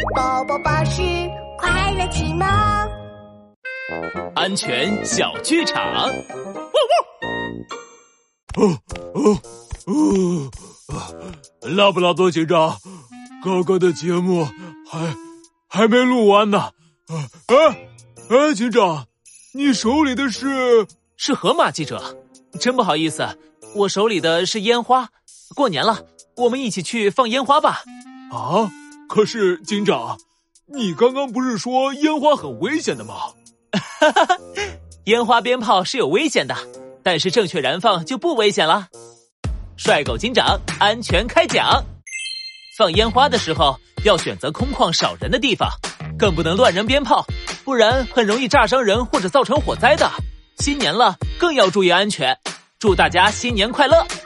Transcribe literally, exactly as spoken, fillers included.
宝宝巴士快乐启蒙。 安全小剧场。 哦哦哦！拉布拉多警长，刚刚的节目还还没录完呢。啊啊啊！警长，你手里的是？ 是河马记者，真不好意思，我手里的是烟花。过年了，我们一起去放烟花吧。 啊！可是警长，你刚刚不是说烟花很危险的吗？ 哈哈哈，烟花鞭炮是有危险的，但是正确燃放就不危险了。帅狗警长安全开讲。放烟花的时候要选择空旷少人的地方，更不能乱扔鞭炮，不然很容易炸伤人或者造成火灾的。新年了，更要注意安全。祝大家新年快乐！